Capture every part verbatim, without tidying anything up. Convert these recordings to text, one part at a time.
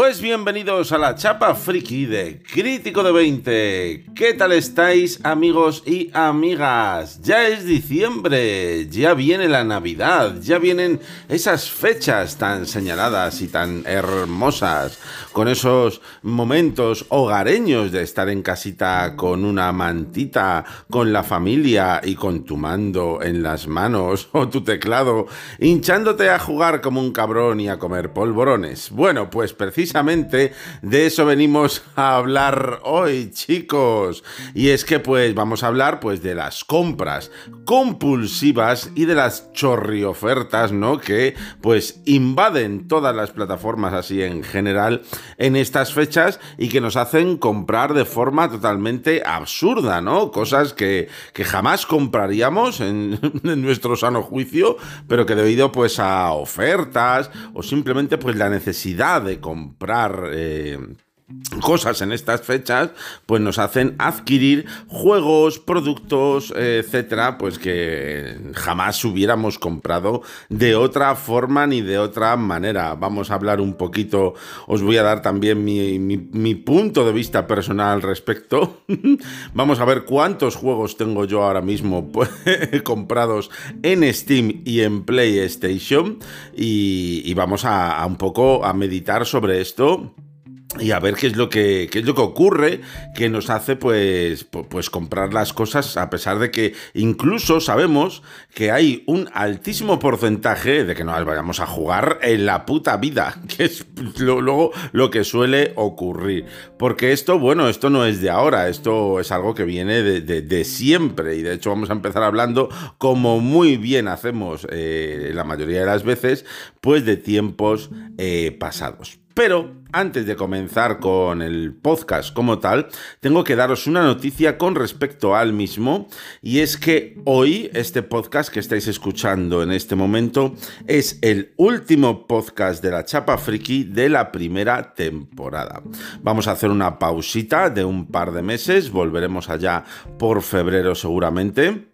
Pues bienvenidos a la chapa friki de Crítico de veinte. ¿Qué tal estáis, amigos y amigas? Ya es diciembre, ya viene la Navidad, ya vienen esas fechas tan señaladas y tan hermosas, con esos momentos hogareños de estar en casita con una mantita, con la familia y con tu mando en las manos o tu teclado, hinchándote a jugar como un cabrón y a comer polvorones. Bueno, pues precisamente de eso venimos a hablar hoy, chicos. Y es que pues vamos a hablar pues de las compras compulsivas y de las chorriofertas, ¿no? Que pues invaden todas las plataformas así en general en estas fechas y que nos hacen comprar de forma totalmente absurda, ¿no? Cosas que, que jamás compraríamos en, en nuestro sano juicio, pero que debido pues a ofertas o simplemente pues la necesidad de comprar eh, cosas en estas fechas, pues nos hacen adquirir juegos, productos, eh, etcétera, pues que jamás hubiéramos comprado de otra forma ni de otra manera. Vamos a hablar un poquito, os voy a dar también mi, mi, mi punto de vista personal al respecto. Vamos a ver cuántos juegos tengo yo ahora mismo pues, comprados en Steam y en PlayStation y, y vamos a, a un poco a meditar sobre esto y a ver qué es lo que qué es lo que ocurre que nos hace pues, pues comprar las cosas, a pesar de que incluso sabemos que hay un altísimo porcentaje de que no las vayamos a jugar en la puta vida, que es lo, luego lo que suele ocurrir. Porque esto, bueno, esto no es de ahora, esto es algo que viene de, de, de siempre, y de hecho vamos a empezar hablando, como muy bien hacemos eh, la mayoría de las veces, pues de tiempos eh, pasados. Pero antes de comenzar con el podcast como tal, tengo que daros una noticia con respecto al mismo, y es que hoy este podcast que estáis escuchando en este momento es el último podcast de la Chapa Friki de la primera temporada. Vamos a hacer una pausita de un par de meses, volveremos allá por febrero seguramente.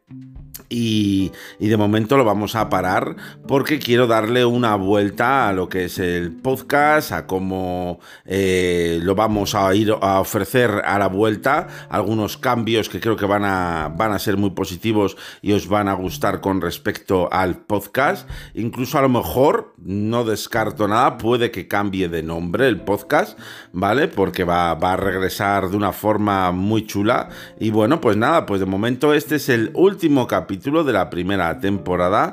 Y, y de momento lo vamos a parar porque quiero darle una vuelta a lo que es el podcast, a cómo eh, lo vamos a ir a ofrecer a la vuelta, algunos cambios que creo que van a, van a ser muy positivos y os van a gustar con respecto al podcast. Incluso a lo mejor, no descarto nada, puede que cambie de nombre el podcast, ¿vale? Porque va, va a regresar de una forma muy chula. Y bueno, pues nada, pues de momento este es el último capítulo de la primera temporada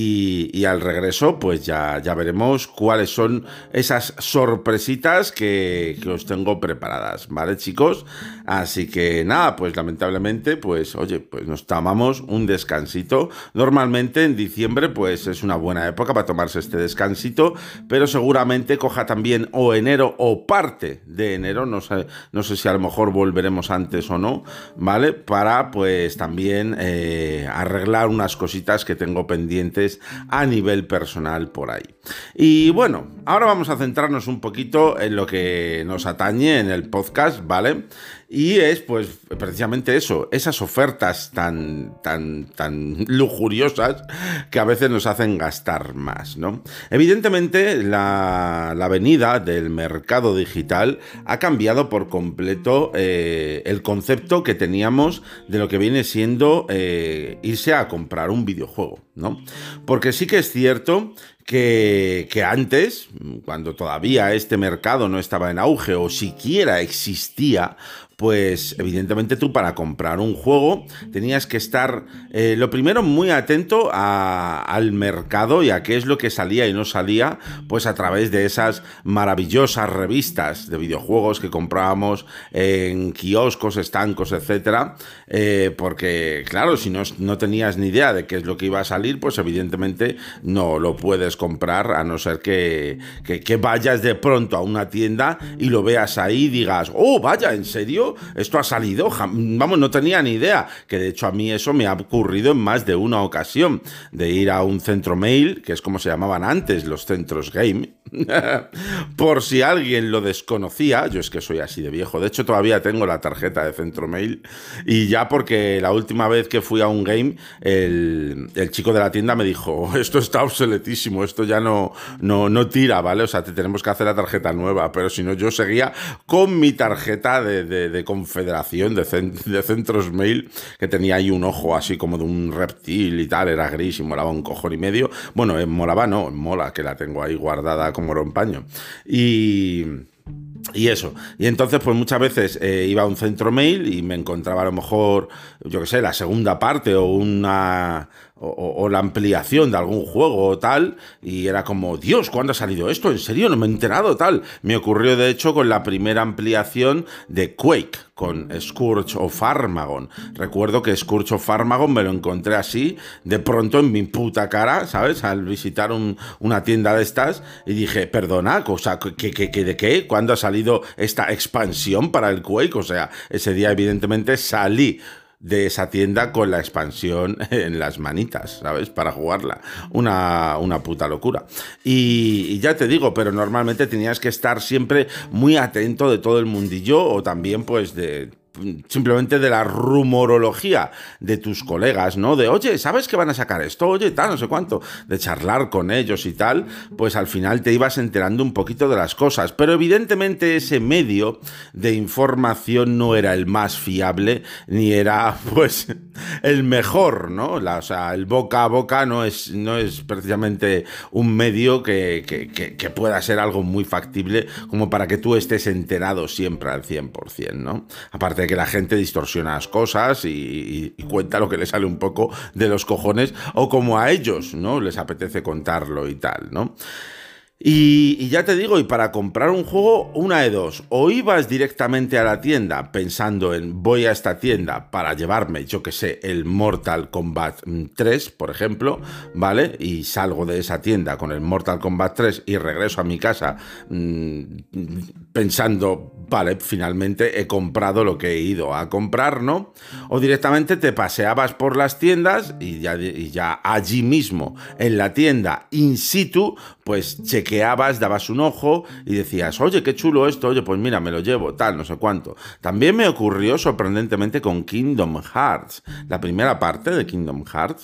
y, y al regreso pues ya, ya veremos cuáles son esas sorpresitas que, que os tengo preparadas, ¿vale, chicos? Así que nada, pues lamentablemente pues oye, pues nos tomamos un descansito. Normalmente en diciembre pues es una buena época para tomarse este descansito, pero seguramente coja también o enero o parte de enero, no sé, no sé si a lo mejor volveremos antes o no, ¿vale? Para pues también eh, arreglar unas cositas que tengo pendientes a nivel personal por ahí. Y bueno, ahora vamos a centrarnos un poquito en lo que nos atañe en el podcast, ¿vale? Y es, pues, precisamente eso, esas ofertas tan, tan, tan lujuriosas que a veces nos hacen gastar más, ¿no? Evidentemente, la, la venida del mercado digital ha cambiado por completo eh, el concepto que teníamos de lo que viene siendo eh, irse a comprar un videojuego, ¿no? Porque sí que es cierto Que, que antes, cuando todavía este mercado no estaba en auge o siquiera existía, pues evidentemente tú para comprar un juego tenías que estar, eh, lo primero, muy atento a, al mercado y a qué es lo que salía y no salía, pues a través de esas maravillosas revistas de videojuegos que comprábamos en kioscos, estancos, etcétera, eh, porque claro, si no, no tenías ni idea de qué es lo que iba a salir, pues evidentemente no lo puedes comprar, a no ser que, que, que vayas de pronto a una tienda y lo veas ahí y digas, oh, vaya, ¿en serio? Esto ha salido, vamos, no tenía ni idea, que de hecho a mí eso me ha ocurrido en más de una ocasión, de ir a un centro mail, que es como se llamaban antes los centros game, por si alguien lo desconocía, yo es que soy así de viejo, de hecho todavía tengo la tarjeta de centro mail, y ya porque la última vez que fui a un game, el, el chico de la tienda me dijo, esto está obsoletísimo, esto ya no, no, no tira, ¿vale? O sea, te tenemos que hacer la tarjeta nueva, pero si no, yo seguía con mi tarjeta de, de, de confederación, de, cent de centros mail, que tenía ahí un ojo así como de un reptil y tal, era gris y molaba un cojón y medio. Bueno, eh, molaba no, mola, que la tengo ahí guardada como oro en paño. Y... Y eso, y entonces pues muchas veces eh, iba a un centro mail y me encontraba a lo mejor, yo qué sé, la segunda parte o una... O, o la ampliación de algún juego o tal, y era como, Dios, ¿cuándo ha salido esto? ¿En serio? No me he enterado, tal. Me ocurrió, de hecho, con la primera ampliación de Quake, con Scourge of Armageddon. Recuerdo que Scourge of Armageddon me lo encontré así, de pronto en mi puta cara, ¿sabes? Al visitar un, una tienda de estas, y dije, perdona, o sea, ¿qué, qué, qué, ¿de qué? ¿Cuándo ha salido esta expansión para el Quake? O sea, ese día, evidentemente, salí de esa tienda con la expansión en las manitas, ¿sabes? Para jugarla. Una, una puta locura. Y, y ya te digo, pero normalmente tenías que estar siempre muy atento de todo el mundillo o también pues de... simplemente de la rumorología de tus colegas, ¿no? De, oye, ¿sabes que van a sacar esto? Oye, tal, no sé cuánto. De charlar con ellos y tal, pues al final te ibas enterando un poquito de las cosas. Pero evidentemente ese medio de información no era el más fiable, ni era, pues, el mejor, ¿no? La, o sea, el boca a boca no es, no es precisamente un medio que, que, que, que pueda ser algo muy factible como para que tú estés enterado siempre al cien por cien, ¿no? Aparte de que la gente distorsiona las cosas y, y, y cuenta lo que le sale un poco de los cojones o como a ellos, ¿no? Les apetece contarlo y tal, ¿no? Y, y ya te digo, y para comprar un juego, una de dos, o ibas directamente a la tienda pensando en voy a esta tienda para llevarme, yo que sé, el Mortal Kombat tres, por ejemplo, ¿vale? Y salgo de esa tienda con el Mortal Kombat tres y regreso a mi casa mmm, pensando, vale, finalmente he comprado lo que he ido a comprar, ¿no? O directamente te paseabas por las tiendas y ya, y ya allí mismo, en la tienda, in situ, pues chequeabas, dabas un ojo y decías, oye, qué chulo esto, oye, pues mira, me lo llevo, tal, no sé cuánto. También me ocurrió sorprendentemente con Kingdom Hearts, la primera parte de Kingdom Hearts.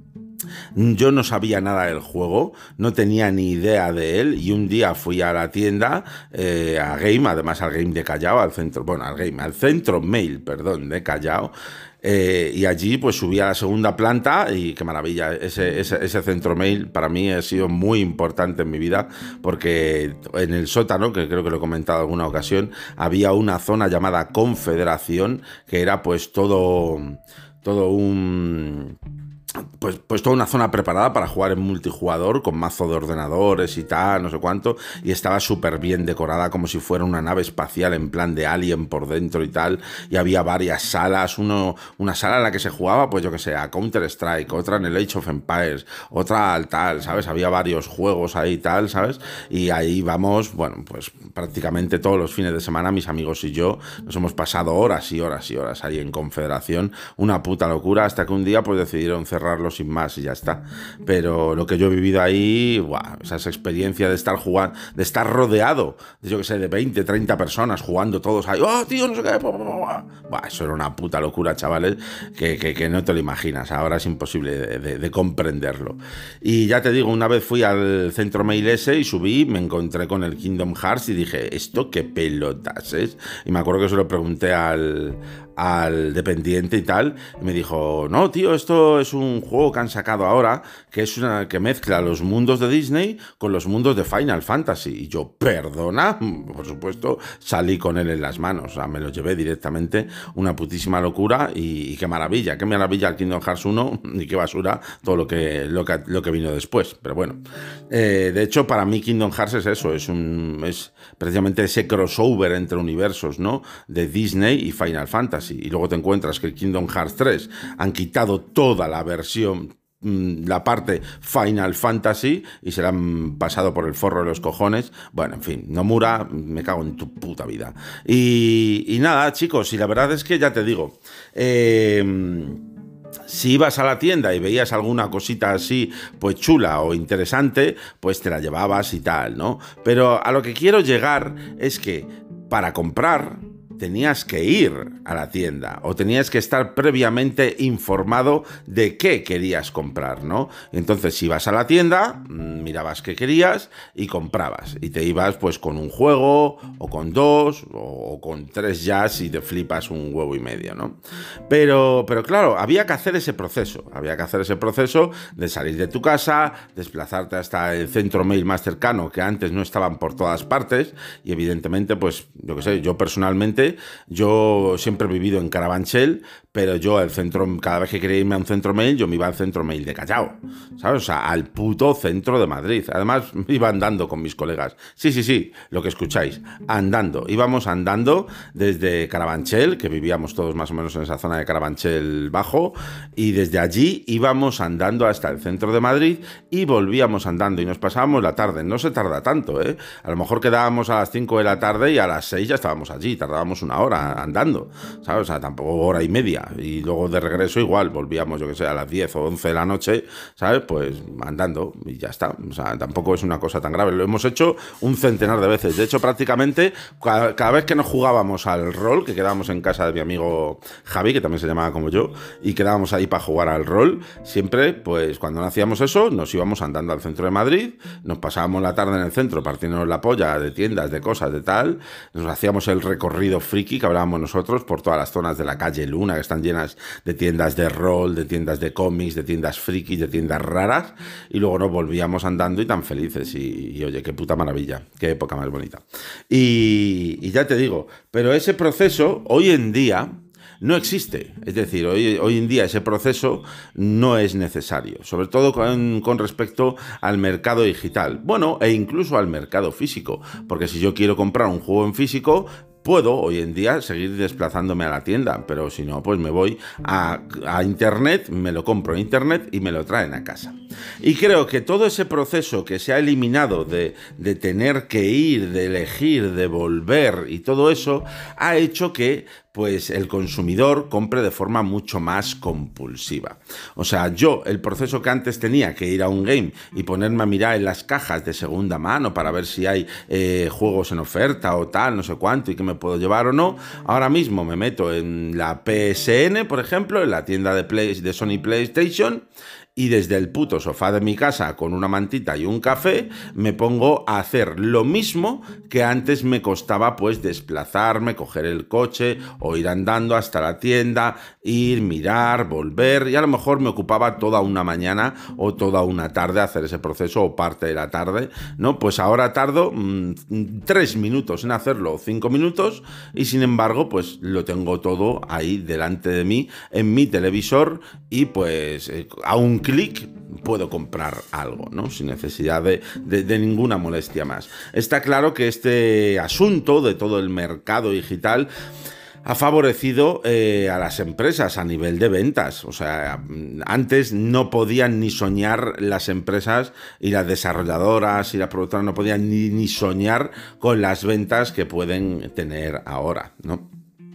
Yo no sabía nada del juego, no tenía ni idea de él y un día fui a la tienda, eh, a Game, además al Game de Callao, al centro, bueno, al Game, al centro mail, perdón, de Callao. Eh, y allí pues subí a la segunda planta y qué maravilla, ese, ese, ese centro mail para mí ha sido muy importante en mi vida porque en el sótano, que creo que lo he comentado en alguna ocasión, había una zona llamada Confederación que era pues todo, todo un... Pues, pues toda una zona preparada para jugar en multijugador con mazo de ordenadores y tal, no sé cuánto, y estaba súper bien decorada como si fuera una nave espacial en plan de Alien por dentro y tal, y había varias salas, uno, una sala en la que se jugaba, pues yo que sé, a Counter-Strike, otra en el Age of Empires, otra al tal, ¿sabes? Había varios juegos ahí y tal, ¿sabes? Y ahí vamos, bueno, pues prácticamente todos los fines de semana mis amigos y yo nos hemos pasado horas y horas y horas ahí en Confederación, una puta locura, hasta que un día pues decidieron cerrar sin más y ya está. Pero lo que yo he vivido ahí, ¡buah! Esa experiencia de estar jugando, de estar rodeado, yo que sé, de veinte, treinta personas jugando todos ahí, ¡oh, tío, no sé qué! Buah, eso era una puta locura, chavales, que, que, que no te lo imaginas. Ahora es imposible de, de, de comprenderlo. Y ya te digo, una vez fui al centro mail ese y subí, me encontré con el Kingdom Hearts y dije, ¿esto qué pelotas es? Y me acuerdo que se lo pregunté al, al dependiente y tal, y me dijo, no, tío, esto es un juego que han sacado ahora, que es una que mezcla los mundos de Disney con los mundos de Final Fantasy. Y yo, perdona, por supuesto, salí con él en las manos, o sea, me lo llevé directamente, una putísima locura, y, y qué maravilla, qué maravilla el Kingdom Hearts uno, y qué basura todo lo que, lo que, lo que vino después, pero bueno. Eh, de hecho, para mí Kingdom Hearts es eso, es, un, es precisamente ese crossover entre universos, ¿no? De Disney y Final Fantasy, y luego te encuentras que el Kingdom Hearts tres han quitado toda la versión, la parte Final Fantasy, y se la han pasado por el forro de los cojones. Bueno, en fin, Nomura, me cago en tu puta vida. Y, y nada, chicos, y la verdad es que ya te digo, eh, si ibas a la tienda y veías alguna cosita así, pues chula o interesante, pues te la llevabas y tal, ¿no? Pero a lo que quiero llegar es que para comprar tenías que ir a la tienda o tenías que estar previamente informado de qué querías comprar, ¿no? Entonces ibas a la tienda, mirabas qué querías y comprabas. Y te ibas pues con un juego o con dos o con tres ya si te flipas un huevo y medio, ¿no? Pero, pero claro, había que hacer ese proceso. Había que hacer ese proceso de salir de tu casa, desplazarte hasta el centro mail más cercano, que antes no estaban por todas partes, y evidentemente, pues, yo qué sé, yo personalmente, yo siempre he vivido en Carabanchel, pero yo al centro, cada vez que quería irme a un centro mail, yo me iba al centro mail de Callao, ¿sabes? O sea, al puto centro de Madrid. Además, me iba andando con mis colegas. Sí, sí, sí, lo que escucháis, andando. Íbamos andando desde Carabanchel, que vivíamos todos más o menos en esa zona de Carabanchel Bajo, y desde allí íbamos andando hasta el centro de Madrid y volvíamos andando y nos pasábamos la tarde. No se tarda tanto, ¿eh? A lo mejor quedábamos a las cinco de la tarde y a las seis ya estábamos allí, tardábamos una hora andando, ¿sabes? O sea, tampoco hora y media. Y luego de regreso igual, volvíamos, yo que sé, a las diez o once de la noche, ¿sabes? Pues andando y ya está. O sea, tampoco es una cosa tan grave. Lo hemos hecho un centenar de veces. De hecho, prácticamente cada, cada vez que nos jugábamos al rol, que quedábamos en casa de mi amigo Javi, que también se llamaba como yo, y quedábamos ahí para jugar al rol, siempre, pues cuando no hacíamos eso, nos íbamos andando al centro de Madrid, nos pasábamos la tarde en el centro partiéndonos la polla de tiendas, de cosas, de tal, nos hacíamos el recorrido friki que hablábamos nosotros por todas las zonas de la calle Luna, que están llenas de tiendas de rol, de tiendas de cómics, de tiendas frikis, de tiendas raras, y luego nos volvíamos andando y tan felices, y, y oye, qué puta maravilla, qué época más bonita. Y, y ya te digo, pero ese proceso hoy en día no existe. Es decir, hoy, hoy en día ese proceso no es necesario, sobre todo con, con respecto al mercado digital, bueno, e incluso al mercado físico, porque si yo quiero comprar un juego en físico, puedo hoy en día seguir desplazándome a la tienda, pero si no, pues me voy a, a internet, me lo compro en internet y me lo traen a casa. Y creo que todo ese proceso que se ha eliminado de, de tener que ir, de elegir, de volver y todo eso, ha hecho que pues el consumidor compre de forma mucho más compulsiva. O sea, yo, el proceso que antes tenía que ir a un game y ponerme a mirar en las cajas de segunda mano para ver si hay eh, juegos en oferta o tal, no sé cuánto, y que me puedo llevar o no, ahora mismo me meto en la P S N, por ejemplo, en la tienda de, Play, de Sony PlayStation, y desde el puto sofá de mi casa con una mantita y un café me pongo a hacer lo mismo que antes me costaba pues desplazarme, coger el coche o ir andando hasta la tienda, ir, mirar, volver, y a lo mejor me ocupaba toda una mañana o toda una tarde hacer ese proceso o parte de la tarde, ¿no? Pues ahora tardo mmm, tres minutos en hacerlo, cinco minutos, y sin embargo pues lo tengo todo ahí delante de mí en mi televisor y pues eh, a un clic puedo comprar algo, ¿no? Sin necesidad de, de, de ninguna molestia más. Está claro que este asunto de todo el mercado digital ha favorecido eh, a las empresas a nivel de ventas. O sea, antes no podían ni soñar las empresas y las desarrolladoras y las productoras no podían ni, ni soñar con las ventas que pueden tener ahora, ¿no?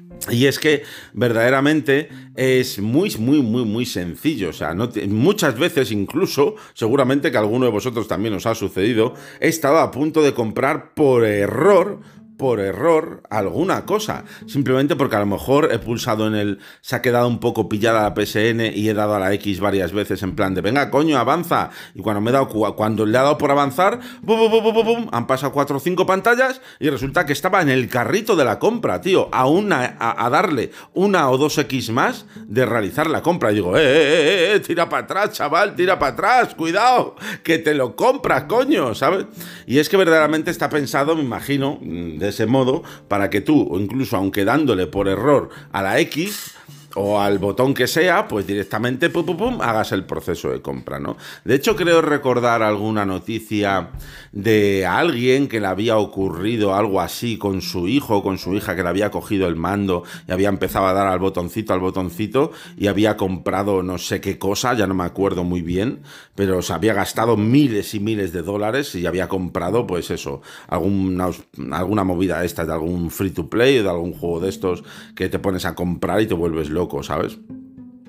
Y es que verdaderamente es muy, muy, muy, muy sencillo. O sea, no te, muchas veces incluso, seguramente que a alguno de vosotros también os ha sucedido, he estado a punto de comprar por error por error alguna cosa, simplemente porque a lo mejor he pulsado en el, se ha quedado un poco pillada la P S N y he dado a la X varias veces en plan de venga coño avanza, y cuando me he dado, cuando le he dado por avanzar, bum, bum, bum, bum, bum, han pasado cuatro o cinco pantallas y resulta que estaba en el carrito de la compra, tío, a, una, a, a darle una o dos X más de realizar la compra, y digo, eh, eh, eh, eh tira para atrás, chaval, tira para atrás, cuidado, que te lo compras, coño, ¿sabes? Y es que verdaderamente está pensado, me imagino, de ese modo, para que tú, o incluso aunque dándole por error a la X o al botón que sea, pues directamente pum, pum, pum, hagas el proceso de compra, ¿no? De hecho, creo recordar alguna noticia de alguien que le había ocurrido algo así con su hijo o con su hija, que le había cogido el mando y había empezado a dar al botoncito, al botoncito, y había comprado no sé qué cosa, ya no me acuerdo muy bien, pero se había gastado miles y miles de dólares y había comprado, pues eso, alguna, alguna movida esta de algún free to play o de algún juego de estos que te pones a comprar y te vuelves loco, ¿sabes?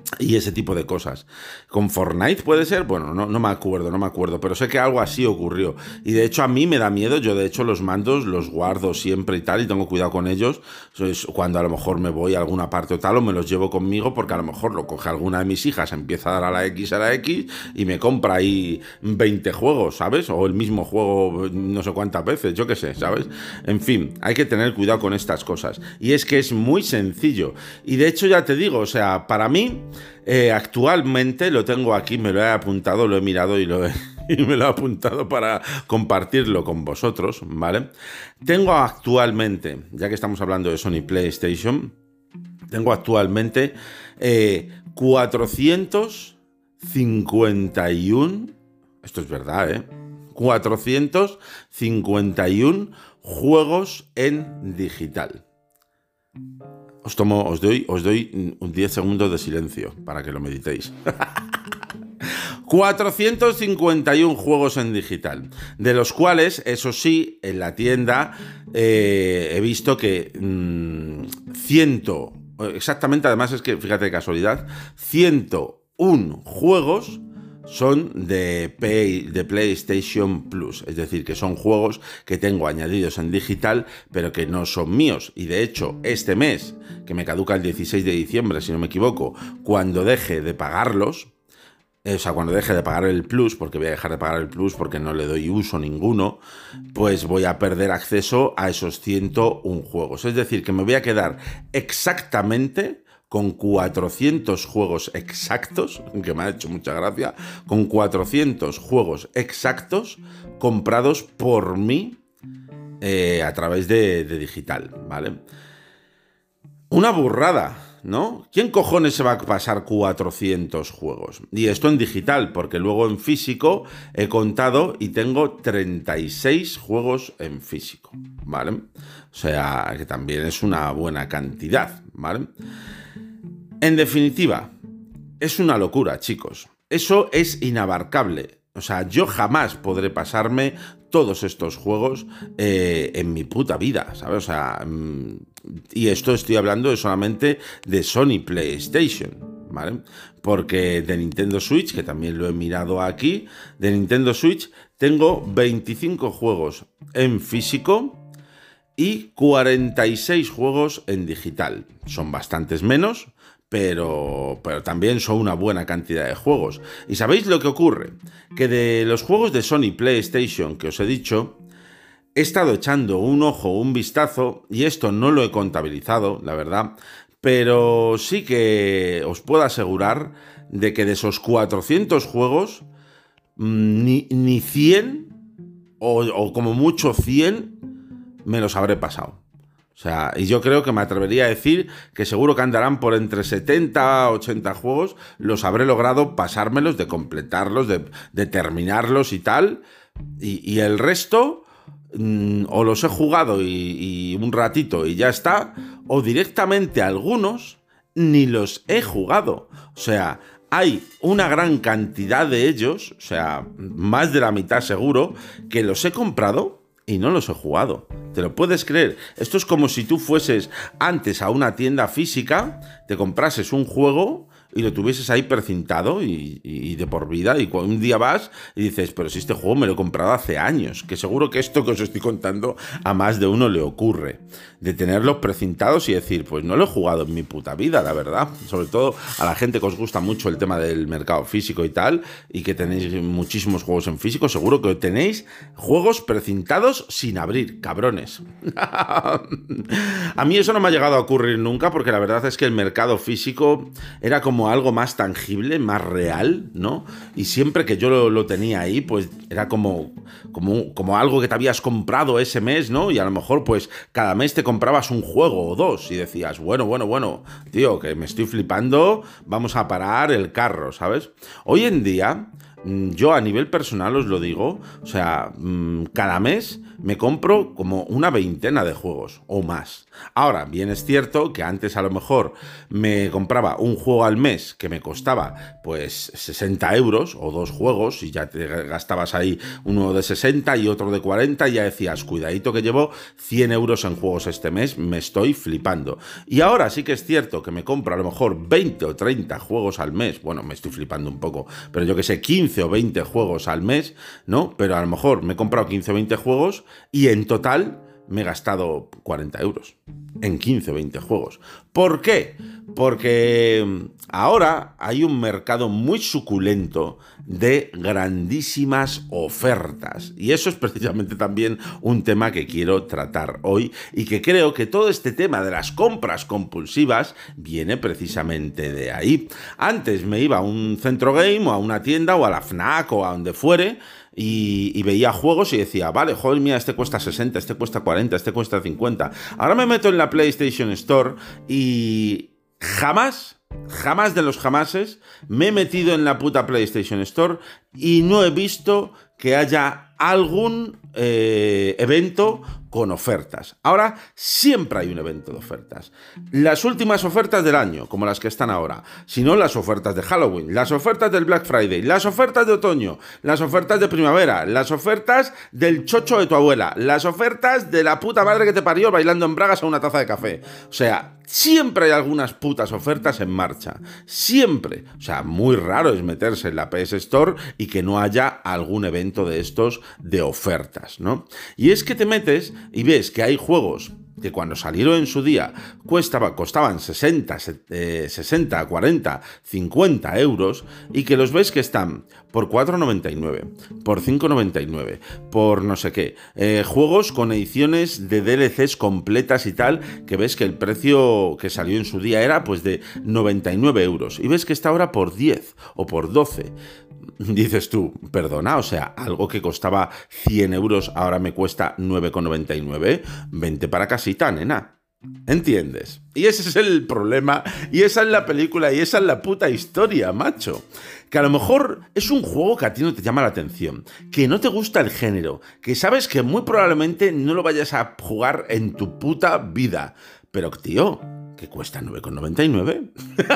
Y ese tipo de cosas. ¿Con Fortnite puede ser? Bueno, no, no me acuerdo, no me acuerdo, pero sé que algo así ocurrió. Y de hecho a mí me da miedo, yo de hecho los mandos los guardo siempre y tal, y tengo cuidado con ellos. Entonces, cuando a lo mejor me voy a alguna parte o tal, o me los llevo conmigo, porque a lo mejor lo coge alguna de mis hijas, empieza a dar a la X, a la X, y me compra ahí veinte juegos, ¿sabes? O el mismo juego no sé cuántas veces, yo qué sé, ¿sabes? En fin, hay que tener cuidado con estas cosas. Y es que es muy sencillo. Y de hecho ya te digo, o sea, para mí... Eh, actualmente lo tengo aquí, me lo he apuntado, lo he mirado y, lo he, y me lo he apuntado para compartirlo con vosotros, ¿vale? Tengo actualmente, ya que estamos hablando de Sony PlayStation, tengo actualmente eh, cuatrocientos cincuenta y uno, esto es verdad, ¿eh? cuatrocientos cincuenta y uno juegos en digital. Os tomo, os doy, os doy un diez segundos de silencio para que lo meditéis. cuatrocientos cincuenta y uno juegos en digital, de los cuales, eso sí, en la tienda eh, he visto que mmm, cien, exactamente, además es que, fíjate de casualidad, ciento uno juegos son de, Pay, de PlayStation Plus, es decir, que son juegos que tengo añadidos en digital, pero que no son míos. Y de hecho, este mes, que me caduca el dieciséis de diciembre, si no me equivoco, cuando deje de pagarlos, o sea, cuando deje de pagar el Plus, porque voy a dejar de pagar el Plus porque no le doy uso ninguno, pues voy a perder acceso a esos ciento uno juegos. Es decir, que me voy a quedar exactamente... con cuatrocientos juegos exactos, que me ha hecho mucha gracia, con cuatrocientos juegos exactos comprados por mí eh, a través de, de digital, ¿vale? Una burrada, ¿no? ¿Quién cojones se va a pasar cuatrocientos juegos? Y esto en digital, porque luego en físico he contado y tengo treinta y seis juegos en físico, ¿vale? O sea, que también es una buena cantidad, ¿vale? En definitiva, es una locura, chicos. Eso es inabarcable. O sea, yo jamás podré pasarme todos estos juegos eh, en mi puta vida, ¿sabes? O sea, y esto estoy hablando de solamente de Sony PlayStation, ¿vale? Porque de Nintendo Switch, que también lo he mirado aquí, de Nintendo Switch tengo veinticinco juegos en físico y cuarenta y seis juegos en digital. Son bastantes menos, Pero, pero también son una buena cantidad de juegos. ¿Y sabéis lo que ocurre? Que de los juegos de Sony PlayStation que os he dicho, he estado echando un ojo, un vistazo, y esto no lo he contabilizado, la verdad, pero sí que os puedo asegurar de que de esos cuatrocientos juegos, ni, ni cien, o, o como mucho cien, me los habré pasado. O sea, y yo creo que me atrevería a decir que seguro que andarán por entre setenta a ochenta juegos, los habré logrado pasármelos, de completarlos, de, de terminarlos y tal, y, y el resto mmm, o los he jugado y, y un ratito y ya está, o directamente algunos ni los he jugado. O sea, hay una gran cantidad de ellos, o sea, más de la mitad seguro, que los he comprado y no los he jugado. ¿Te lo puedes creer? Esto es como si tú fueses antes a una tienda física, te comprases un juego y lo tuvieses ahí precintado y, y de por vida, y un día vas y dices, pero si este juego me lo he comprado hace años, que seguro que esto que os estoy contando a más de uno le ocurre, de tenerlos precintados y decir, pues no lo he jugado en mi puta vida, la verdad. Sobre todo a la gente que os gusta mucho el tema del mercado físico y tal, y que tenéis muchísimos juegos en físico, seguro que tenéis juegos precintados sin abrir, cabrones. A mí eso no me ha llegado a ocurrir nunca, porque la verdad es que el mercado físico era como algo más tangible, más real, ¿no? Y siempre que yo lo, lo tenía ahí, pues era como, como, como algo que te habías comprado ese mes, ¿no? Y a lo mejor, pues, cada mes te comprabas un juego o dos y decías, bueno, bueno, bueno, tío, que me estoy flipando, vamos a parar el carro, ¿sabes? Hoy en día, yo a nivel personal os lo digo, o sea, cada mes me compro como una veintena de juegos o más. Ahora, bien es cierto que antes a lo mejor me compraba un juego al mes que me costaba pues sesenta euros o dos juegos y ya te gastabas ahí uno de sesenta y otro de cuarenta y ya decías, cuidadito que llevo cien euros en juegos este mes, me estoy flipando. Y ahora sí que es cierto que me compro a lo mejor veinte o treinta juegos al mes, bueno, me estoy flipando un poco, pero yo que sé, quince o veinte juegos al mes, ¿no? Pero a lo mejor me he comprado quince o veinte juegos y en total me he gastado cuarenta euros en quince o veinte juegos. ¿Por qué? Porque ahora hay un mercado muy suculento de grandísimas ofertas. Y eso es precisamente también un tema que quiero tratar hoy y que creo que todo este tema de las compras compulsivas viene precisamente de ahí. Antes me iba a un centro game o a una tienda o a la FNAC o a donde fuere y, y veía juegos y decía, vale, joder, mira, este cuesta sesenta, este cuesta cuarenta, este cuesta cincuenta. Ahora me meto en la PlayStation Store y jamás... Jamás de los jamases me he metido en la puta PlayStation Store y no he visto que haya algún eh, evento con ofertas. Ahora siempre hay un evento de ofertas. Las últimas ofertas del año, como las que están ahora, sino las ofertas de Halloween, las ofertas del Black Friday, las ofertas de otoño, las ofertas de primavera, las ofertas del chocho de tu abuela, las ofertas de la puta madre que te parió bailando en bragas a una taza de café. O sea, siempre hay algunas putas ofertas en marcha. Siempre. O sea, muy raro es meterse en la P S Store y que no haya algún evento de estos de ofertas, ¿no? Y es que te metes y ves que hay juegos que cuando salieron en su día cuestaba, costaban sesenta, sesenta, cuarenta, cincuenta euros y que los ves que están por cuatro noventa y nueve, por cinco noventa y nueve, por no sé qué. Eh, juegos con ediciones de D L Cs completas y tal, que ves que el precio que salió en su día era pues de noventa y nueve euros y ves que está ahora por diez o por doce. Dices tú, perdona, o sea, algo que costaba cien euros ahora me cuesta nueve con noventa y nueve. Vente para casita, nena. ¿Entiendes? Y ese es el problema, y esa es la película, y esa es la puta historia, macho. Que a lo mejor es un juego que a ti no te llama la atención, que no te gusta el género, que sabes que muy probablemente no lo vayas a jugar en tu puta vida. Pero, tío, que cuesta nueve con noventa y nueve.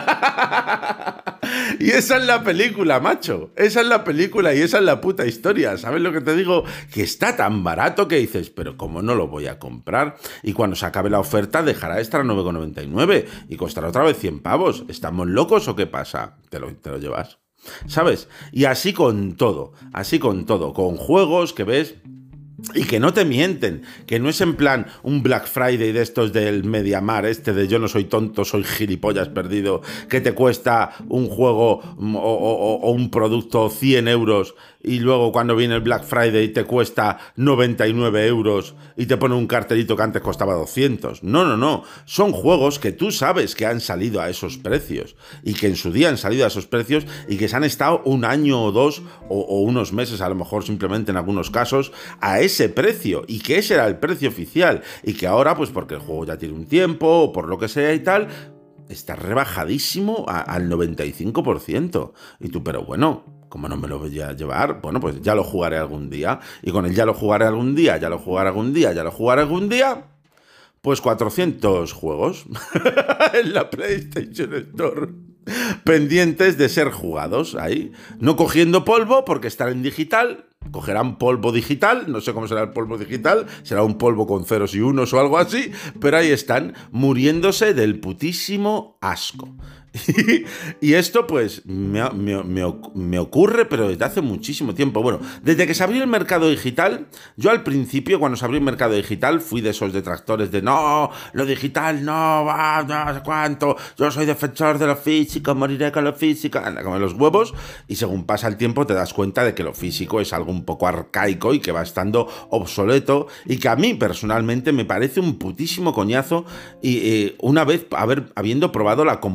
Y esa es la película, macho. Esa es la película y esa es la puta historia. ¿Sabes lo que te digo? Que está tan barato que dices, pero ¿cómo no lo voy a comprar? Y cuando se acabe la oferta dejará de estar a nueve con noventa y nueve y costará otra vez cien pavos. ¿Estamos locos o qué pasa? Te lo, te lo llevas. ¿Sabes? Y así con todo. Así con todo. Con juegos que ves... Y que no te mienten, que no es en plan un Black Friday de estos del Mediamar, este de yo no soy tonto, soy gilipollas perdido, que te cuesta un juego o, o, o un producto cien euros y luego cuando viene el Black Friday te cuesta noventa y nueve euros y te pone un cartelito que antes costaba doscientos. No, no, no. Son juegos que tú sabes que han salido a esos precios y que en su día han salido a esos precios y que se han estado un año o dos o, o unos meses, a lo mejor simplemente en algunos casos, a ese precio y que ese era el precio oficial y que ahora, pues porque el juego ya tiene un tiempo o por lo que sea y tal, está rebajadísimo a, al noventa y cinco por ciento. Y tú, pero bueno... Como no me lo voy a llevar, bueno, pues ya lo jugaré algún día. Y con el ya lo jugaré algún día, ya lo jugaré algún día, ya lo jugaré algún día, pues cuatrocientos juegos en la PlayStation Store pendientes de ser jugados ahí. No cogiendo polvo porque estará en digital. Cogerán polvo digital, no sé cómo será el polvo digital, será un polvo con ceros y unos o algo así, pero ahí están, muriéndose del putísimo asco. Y esto pues me, me, me, me ocurre pero desde hace muchísimo tiempo. Bueno, desde que se abrió el mercado digital, yo al principio cuando se abrió el mercado digital fui de esos detractores de no, lo digital no, va, no sé cuánto, yo soy defensor de lo físico, moriré con lo físico, anda, come los huevos. Y según pasa el tiempo te das cuenta de que lo físico es algo un poco arcaico y que va estando obsoleto y que a mí personalmente me parece un putísimo coñazo y eh, una vez haber, habiendo probado la comodidad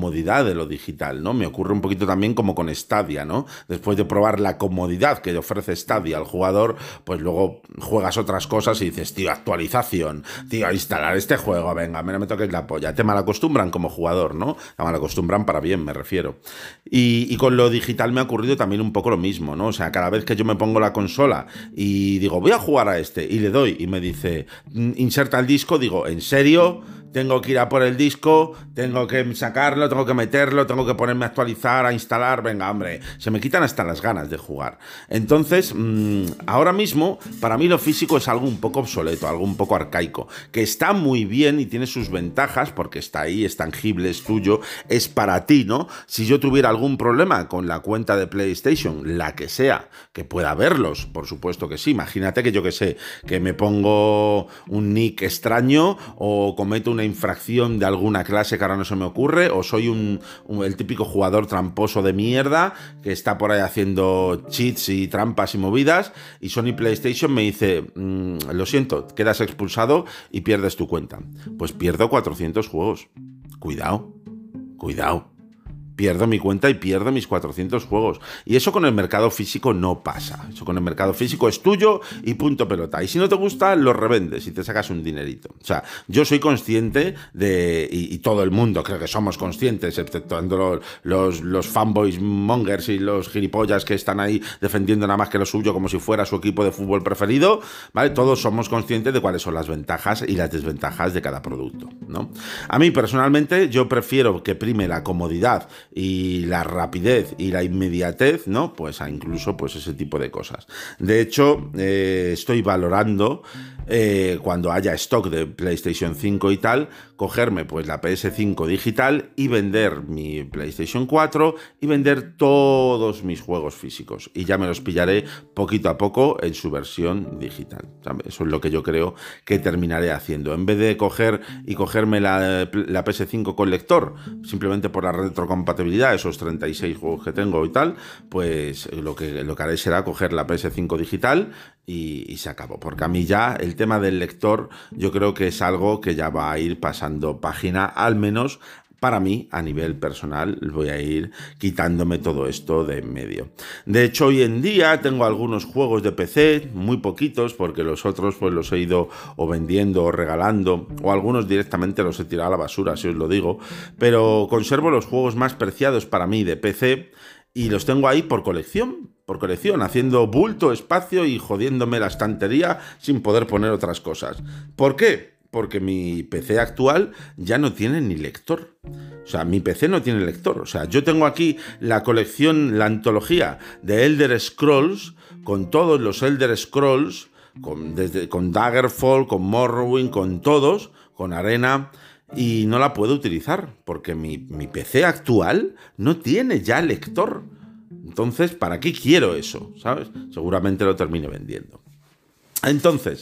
de lo digital, ¿no? Me ocurre un poquito también como con Stadia, ¿no? Después de probar la comodidad que le ofrece Stadia al jugador, pues luego juegas otras cosas y dices, tío, actualización, tío, a instalar este juego, venga, me no me toques la polla. Te malacostumbran como jugador, ¿no? Te malacostumbran para bien, me refiero. Y, y con lo digital me ha ocurrido también un poco lo mismo, ¿no? O sea, cada vez que yo me pongo la consola y digo, voy a jugar a este, y le doy, y me dice, inserta el disco, digo, ¿en serio? Tengo que ir a por el disco, tengo que sacarlo, tengo que meterlo, tengo que ponerme a actualizar, a instalar, venga, hombre, se me quitan hasta las ganas de jugar. Entonces, mmm, ahora mismo, para mí lo físico es algo un poco obsoleto, algo un poco arcaico, que está muy bien y tiene sus ventajas, porque está ahí, es tangible, es tuyo, es para ti, ¿no? Si yo tuviera algún problema con la cuenta de PlayStation, la que sea, que pueda verlos, por supuesto que sí, imagínate que yo que sé, que me pongo un nick extraño o cometo un una infracción de alguna clase que ahora no se me ocurre, o soy un, un, el típico jugador tramposo de mierda que está por ahí haciendo cheats y trampas y movidas, y Sony PlayStation me dice, mmm, lo siento, quedas expulsado y pierdes tu cuenta. Pues pierdo cuatrocientos juegos. Cuidado, cuidado. Pierdo mi cuenta y pierdo mis cuatrocientos juegos. Y eso con el mercado físico no pasa. Eso con el mercado físico es tuyo y punto pelota. Y si no te gusta, lo revendes y te sacas un dinerito. O sea, yo soy consciente de, y, y todo el mundo creo que somos conscientes, exceptuando los, los, los fanboys mongers y los gilipollas que están ahí defendiendo nada más que lo suyo como si fuera su equipo de fútbol preferido, ¿vale? Todos somos conscientes de cuáles son las ventajas y las desventajas de cada producto, ¿no? A mí, personalmente, yo prefiero que prime la comodidad y la rapidez y la inmediatez, ¿no? Pues a incluso pues ese tipo de cosas. De hecho, eh, estoy valorando eh, cuando haya stock de PlayStation cinco y tal, cogerme pues la P S cinco digital y vender mi PlayStation cuatro y vender todos mis juegos físicos. Y ya me los pillaré poquito a poco en su versión digital, ¿sabes? Eso es lo que yo creo que terminaré haciendo. En vez de coger y cogerme la, la P S cinco con lector, simplemente por la retrocompatibilidad, esos treinta y seis juegos que tengo y tal, pues lo que, lo que haré será coger la P S cinco digital y, y se acabó. Porque a mí ya el tema del lector yo creo que es algo que ya va a ir pasando página, al menos para mí, a nivel personal, voy a ir quitándome todo esto de en medio. De hecho, hoy en día tengo algunos juegos de P C, muy poquitos, porque los otros pues los he ido o vendiendo o regalando, o algunos directamente los he tirado a la basura, si os lo digo, pero conservo los juegos más preciados para mí de P C y los tengo ahí por colección. Por colección, haciendo bulto, espacio y jodiéndome la estantería sin poder poner otras cosas. ¿Por qué? Porque mi P C actual ya no tiene ni lector. O sea, mi P C no tiene lector. O sea, yo tengo aquí la colección, la antología de Elder Scrolls, con todos los Elder Scrolls, con, desde, con Daggerfall, con Morrowind, con todos, con Arena, y no la puedo utilizar, porque mi, mi P C actual no tiene ya lector. Entonces, ¿para qué quiero eso? ¿Sabes? Seguramente lo termine vendiendo. Entonces,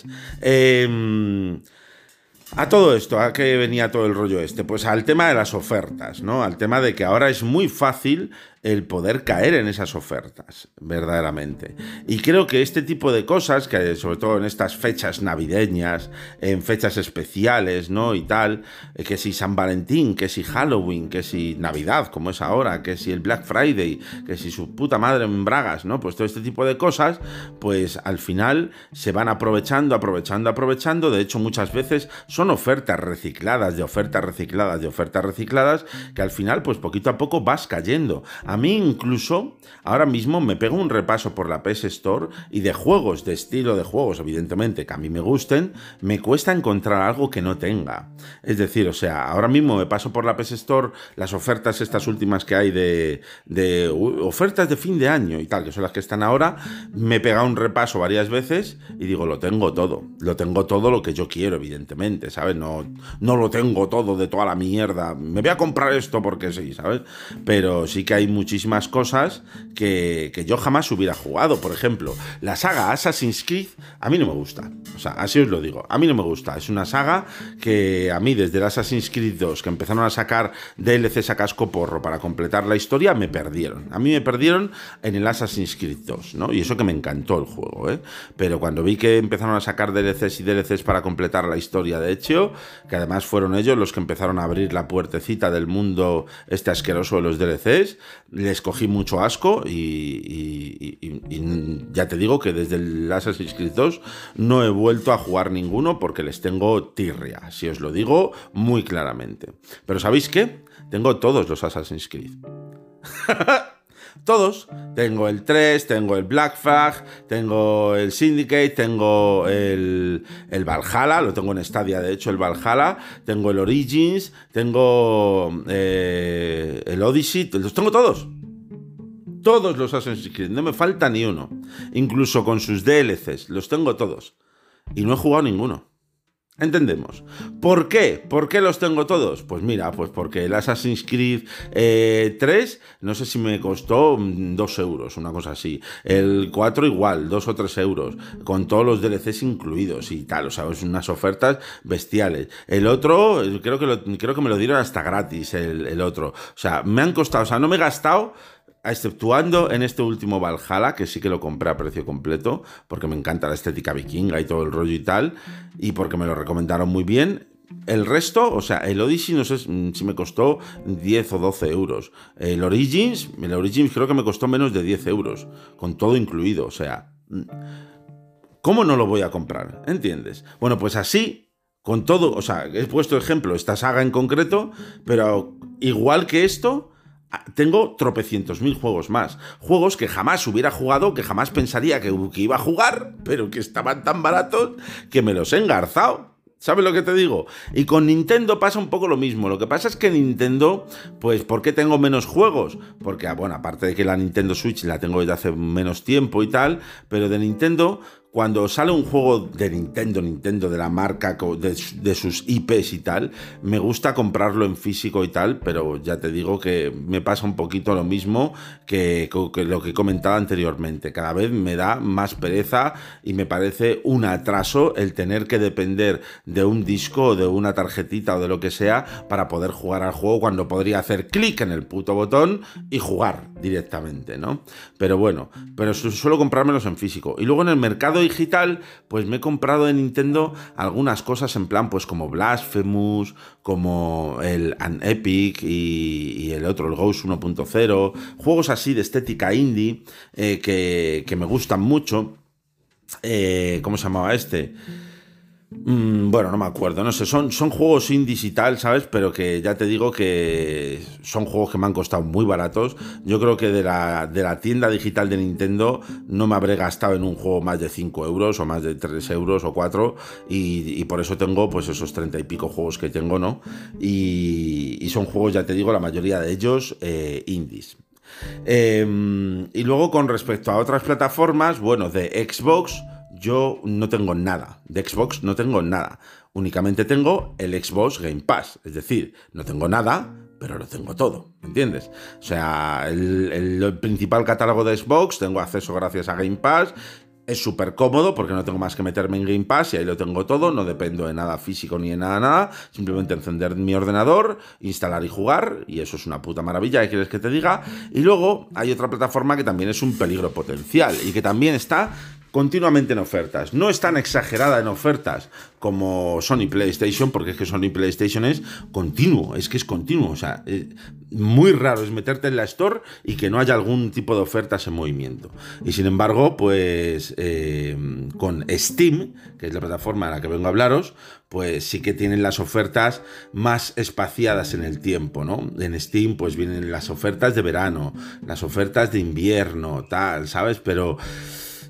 eh... a todo esto, ¿a qué venía todo el rollo este? Pues al tema de las ofertas, ¿no? Al tema de que ahora es muy fácil el poder caer en esas ofertas, verdaderamente. Y creo que este tipo de cosas, que sobre todo en estas fechas navideñas, en fechas especiales, ¿no? Y tal, que si San Valentín, que si Halloween, que si Navidad, como es ahora, que si el Black Friday, que si su puta madre en bragas, ¿no? Pues todo este tipo de cosas, pues al final se van aprovechando, aprovechando, aprovechando. De hecho, muchas veces son ofertas recicladas, de ofertas recicladas, de ofertas recicladas, que al final, pues poquito a poco vas cayendo. A mí incluso, ahora mismo me pego un repaso por la P S Store y de juegos, de estilo de juegos, evidentemente, que a mí me gusten, me cuesta encontrar algo que no tenga. Es decir, o sea, ahora mismo me paso por la P S Store las ofertas estas últimas que hay de, de uh, ofertas de fin de año y tal, que son las que están ahora, me he pegado un repaso varias veces y digo, lo tengo todo, lo tengo todo lo que yo quiero, evidentemente, ¿sabes? No, no lo tengo todo de toda la mierda, me voy a comprar esto porque sí, ¿sabes? Pero sí que hay muchísimas cosas que, que yo jamás hubiera jugado. Por ejemplo, la saga Assassin's Creed a mí no me gusta. O sea, así os lo digo, a mí no me gusta. Es una saga que a mí desde el Assassin's Creed dos, que empezaron a sacar D L Cs a cascoporro para completar la historia, me perdieron. A mí me perdieron en el Assassin's Creed dos, ¿no? Y eso que me encantó el juego, ¿eh? Pero cuando vi que empezaron a sacar D L Cs y D L Cs para completar la historia de Ezio, que además fueron ellos los que empezaron a abrir la puertecita del mundo este asqueroso de los D L Cs, les cogí mucho asco y, y, y, y ya te digo que desde el Assassin's Creed dos no he vuelto a jugar ninguno porque les tengo tirria, si os lo digo muy claramente. Pero ¿sabéis qué? Tengo todos los Assassin's Creed. Todos. Tengo el tres, tengo el Black Flag, tengo el Syndicate, tengo el, el Valhalla, lo tengo en Stadia, de hecho, el Valhalla, tengo el Origins, tengo eh, el Odyssey, los tengo todos. Todos los Assassin's Creed, no me falta ni uno. Incluso con sus D L Cs, los tengo todos. Y no he jugado ninguno. Entendemos. ¿Por qué? ¿Por qué los tengo todos? Pues mira, pues porque el Assassin's Creed eh, tres, no sé si me costó dos euros, una cosa así. El cuatro igual, dos o tres euros, con todos los D L Cs incluidos y tal, o sea, es unas ofertas bestiales. El otro, creo que, lo, creo que me lo dieron hasta gratis, el, el otro. O sea, me han costado, o sea, no me he gastado... Exceptuando en este último Valhalla, que sí que lo compré a precio completo, porque me encanta la estética vikinga y todo el rollo y tal, y porque me lo recomendaron muy bien. El resto, o sea, el Odyssey no sé si me costó diez o doce euros. El Origins, el Origins creo que me costó menos de diez euros, con todo incluido, o sea... ¿Cómo no lo voy a comprar? ¿Entiendes? Bueno, pues así, con todo, o sea, he puesto ejemplo esta saga en concreto, pero igual que esto... Tengo tropecientos mil juegos más. Juegos que jamás hubiera jugado, que jamás pensaría que, que iba a jugar, pero que estaban tan baratos que me los he engarzado. ¿Sabes lo que te digo? Y con Nintendo pasa un poco lo mismo. Lo que pasa es que Nintendo, pues, ¿por qué tengo menos juegos? Porque, bueno, aparte de que la Nintendo Switch la tengo desde hace menos tiempo y tal, pero de Nintendo... Cuando sale un juego de Nintendo, Nintendo, de la marca, de, de sus I Pes y tal, me gusta comprarlo en físico y tal, pero ya te digo que me pasa un poquito lo mismo que, que lo que he comentado anteriormente. Cada vez me da más pereza y me parece un atraso el tener que depender de un disco o de una tarjetita o de lo que sea para poder jugar al juego cuando podría hacer clic en el puto botón y jugar directamente, ¿no? Pero bueno, pero suelo comprármelos en físico. Y luego en el mercado digital, pues me he comprado de Nintendo algunas cosas en plan, pues como Blasphemous, como el Unepic y, y el otro, el Ghost uno punto cero, juegos así de estética indie eh, que, que me gustan mucho. Eh, ¿Cómo se llamaba este? Mm, bueno, no me acuerdo, no sé, son, son juegos indies y tal, ¿sabes? Pero que ya te digo que son juegos que me han costado muy baratos. Yo creo que de la, de la tienda digital de Nintendo no me habré gastado en un juego más de cinco euros o más de tres euros o cuatro y, y por eso tengo pues esos treinta y pico juegos que tengo, ¿no? Y, y son juegos, ya te digo, la mayoría de ellos eh, indies. Eh, y luego con respecto a otras plataformas, bueno, de Xbox... Yo no tengo nada, de Xbox no tengo nada, únicamente tengo el Xbox Game Pass, es decir, no tengo nada, pero lo tengo todo, ¿me entiendes? O sea, el, el, el principal catálogo de Xbox tengo acceso gracias a Game Pass, es súper cómodo porque no tengo más que meterme en Game Pass y ahí lo tengo todo, no dependo de nada físico ni de nada, nada, simplemente encender mi ordenador, instalar y jugar, y eso es una puta maravilla, ¿qué quieres que te diga? Y luego hay otra plataforma que también es un peligro potencial y que también está continuamente en ofertas. No es tan exagerada en ofertas como Sony PlayStation, porque es que Sony PlayStation es continuo, es que es continuo, o sea, es muy raro es meterte en la Store y que no haya algún tipo de ofertas en movimiento. Y sin embargo, pues eh, con Steam, que es la plataforma a la que vengo a hablaros, pues sí que tienen las ofertas más espaciadas en el tiempo, ¿no? En Steam pues vienen las ofertas de verano, las ofertas de invierno, tal, ¿sabes? Pero...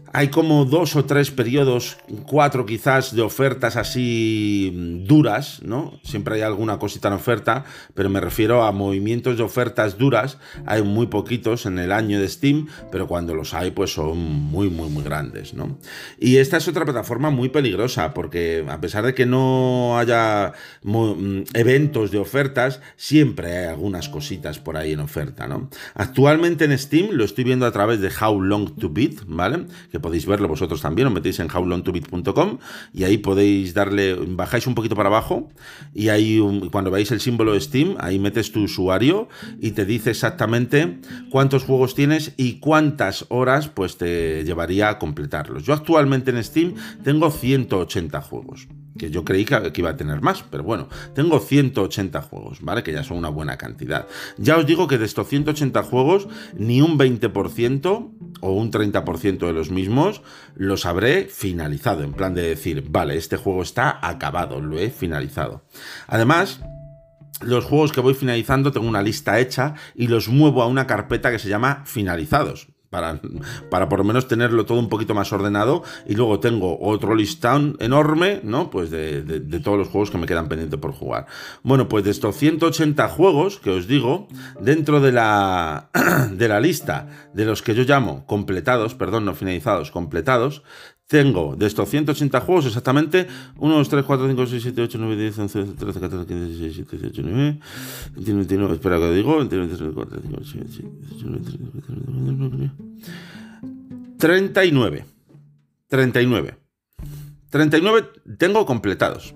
hay como dos o tres periodos, cuatro quizás, de ofertas así duras, ¿no? Siempre hay alguna cosita en oferta, pero me refiero a movimientos de ofertas duras. Hay muy poquitos en el año de Steam, pero cuando los hay, pues son muy, muy, muy grandes, ¿no? Y esta es otra plataforma muy peligrosa, porque a pesar de que no haya eventos de ofertas, siempre hay algunas cositas por ahí en oferta, ¿no? Actualmente en Steam lo estoy viendo a través de How Long to Beat, ¿vale? Que podéis verlo vosotros también, os metéis en how long to beat punto com y ahí podéis darle, bajáis un poquito para abajo y ahí un, cuando veáis el símbolo de Steam, ahí metes tu usuario y te dice exactamente cuántos juegos tienes y cuántas horas pues te llevaría a completarlos. Yo actualmente en Steam tengo ciento ochenta juegos, que yo creí que, que iba a tener más, pero bueno, tengo ciento ochenta juegos, ¿vale? Que ya son una buena cantidad. Ya os digo que de estos ciento ochenta juegos, ni un veinte por ciento o un treinta por ciento de los mismos los habré finalizado, en plan de decir, vale, este juego está acabado, lo he finalizado. Además, los juegos que voy finalizando tengo una lista hecha y los muevo a una carpeta que se llama finalizados. Para, para por lo menos tenerlo todo un poquito más ordenado, y luego tengo otro listón enorme, ¿no? Pues de, de, de todos los juegos que me quedan pendientes por jugar. Bueno, pues de estos ciento ochenta juegos que os digo, dentro de la, de la lista de los que yo llamo completados, perdón, no finalizados, completados, tengo de estos ciento ochenta juegos exactamente uno, dos, tres, cuatro, cinco, seis, siete, ocho, nueve, diez, once, trece, catorce, quince, dieciséis, diecisiete, dieciocho, diecinueve, veinte, veintinueve, espera que digo, veintinueve, veinticuatro, veinticinco, veintiséis, treinta y nueve. treinta y nueve. treinta y nueve tengo completados.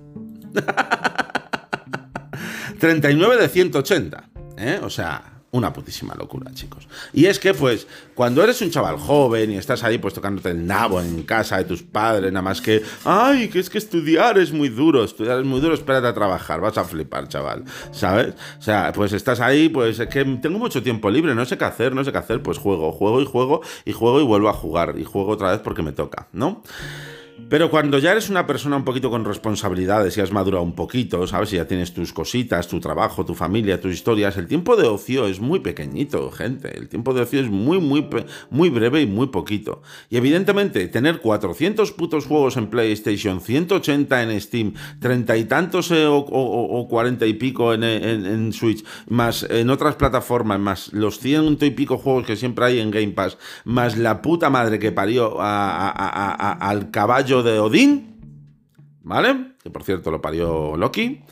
treinta y nueve de ciento ochenta, ¿eh? O sea, una putísima locura, chicos. Y es que, pues, cuando eres un chaval joven y estás ahí, pues, tocándote el nabo en casa de tus padres, nada más que, ay, que es que estudiar es muy duro, estudiar es muy duro, espérate a trabajar, vas a flipar, chaval, ¿sabes? O sea, pues estás ahí, pues, es que tengo mucho tiempo libre, no sé qué hacer, no sé qué hacer, pues juego, juego y juego, y juego y vuelvo a jugar, y juego otra vez porque me toca, ¿no? Pero cuando ya eres una persona un poquito con responsabilidades y has madurado un poquito, ¿sabes? Y ya tienes tus cositas, tu trabajo, tu familia, tus historias, el tiempo de ocio es muy pequeñito, gente. El tiempo de ocio es muy, muy, muy breve y muy poquito. Y evidentemente, tener cuatrocientos putos juegos en PlayStation, ciento ochenta en Steam, treinta y tantos eh, o, o, o cuarenta y pico en, en, en Switch, más en otras plataformas, más los ciento y pico juegos que siempre hay en Game Pass, más la puta madre que parió a, a, a, a, al caballo de Odín, ¿vale? Que por cierto lo parió Loki.